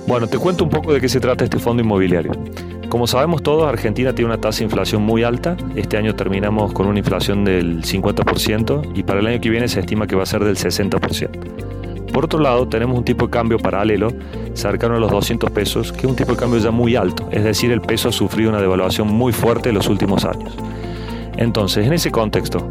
Bueno, te cuento un poco de qué se trata este fondo inmobiliario. Como sabemos todos, Argentina tiene una tasa de inflación muy alta. Este año terminamos con una inflación del 50% y para el año que viene se estima que va a ser del 60%. Por otro lado, tenemos un tipo de cambio paralelo cercano a los 200 pesos, que es un tipo de cambio ya muy alto. Es decir, el peso ha sufrido una devaluación muy fuerte en los últimos años. Entonces, en ese contexto,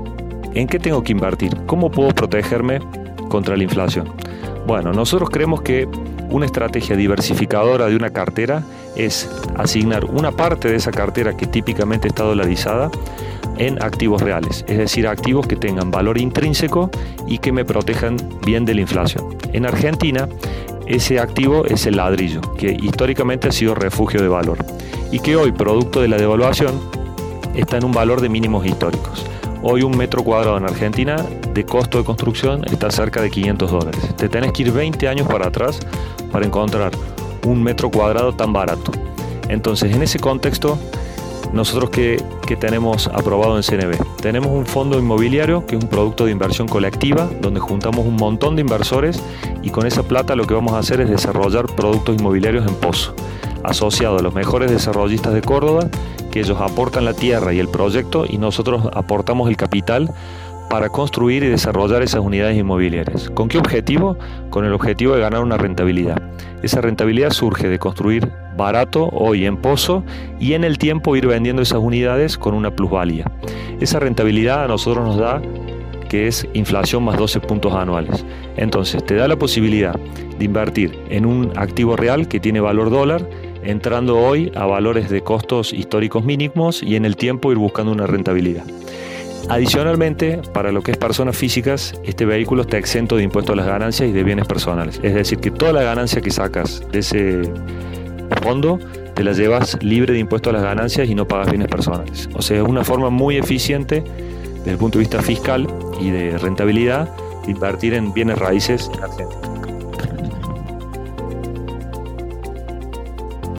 ¿en qué tengo que invertir? ¿Cómo puedo protegerme contra la inflación? Bueno, nosotros creemos que una estrategia diversificadora de una cartera es asignar una parte de esa cartera que típicamente está dolarizada en activos reales, es decir, activos que tengan valor intrínseco y que me protejan bien de la inflación. En Argentina, ese activo es el ladrillo, que históricamente ha sido refugio de valor y que hoy, producto de la devaluación, está en un valor de mínimos históricos. Hoy un metro cuadrado en Argentina de costo de construcción está cerca de $500. Te tenés que ir 20 años para atrás para encontrar un metro cuadrado tan barato. Entonces, en ese contexto, nosotros que tenemos aprobado en CNB, tenemos un fondo inmobiliario que es un producto de inversión colectiva donde juntamos un montón de inversores y con esa plata lo que vamos a hacer es desarrollar productos inmobiliarios en pozo, asociado a los mejores desarrollistas de Córdoba, que ellos aportan la tierra y el proyecto y nosotros aportamos el capital para construir y desarrollar esas unidades inmobiliarias. ¿Con qué objetivo? Con el objetivo de ganar una rentabilidad. Esa rentabilidad surge de construir barato hoy en pozo y en el tiempo ir vendiendo esas unidades con una plusvalía. Esa rentabilidad a nosotros nos da que es inflación más 12 puntos anuales. Entonces te da la posibilidad de invertir en un activo real que tiene valor dólar, entrando hoy a valores de costos históricos mínimos y en el tiempo ir buscando una rentabilidad. Adicionalmente, para lo que es personas físicas, este vehículo está exento de impuestos a las ganancias y de bienes personales. Es decir, que toda la ganancia que sacas de ese fondo te la llevas libre de impuestos a las ganancias y no pagas bienes personales. O sea, es una forma muy eficiente desde el punto de vista fiscal y de rentabilidad de invertir en bienes raíces en Argentina.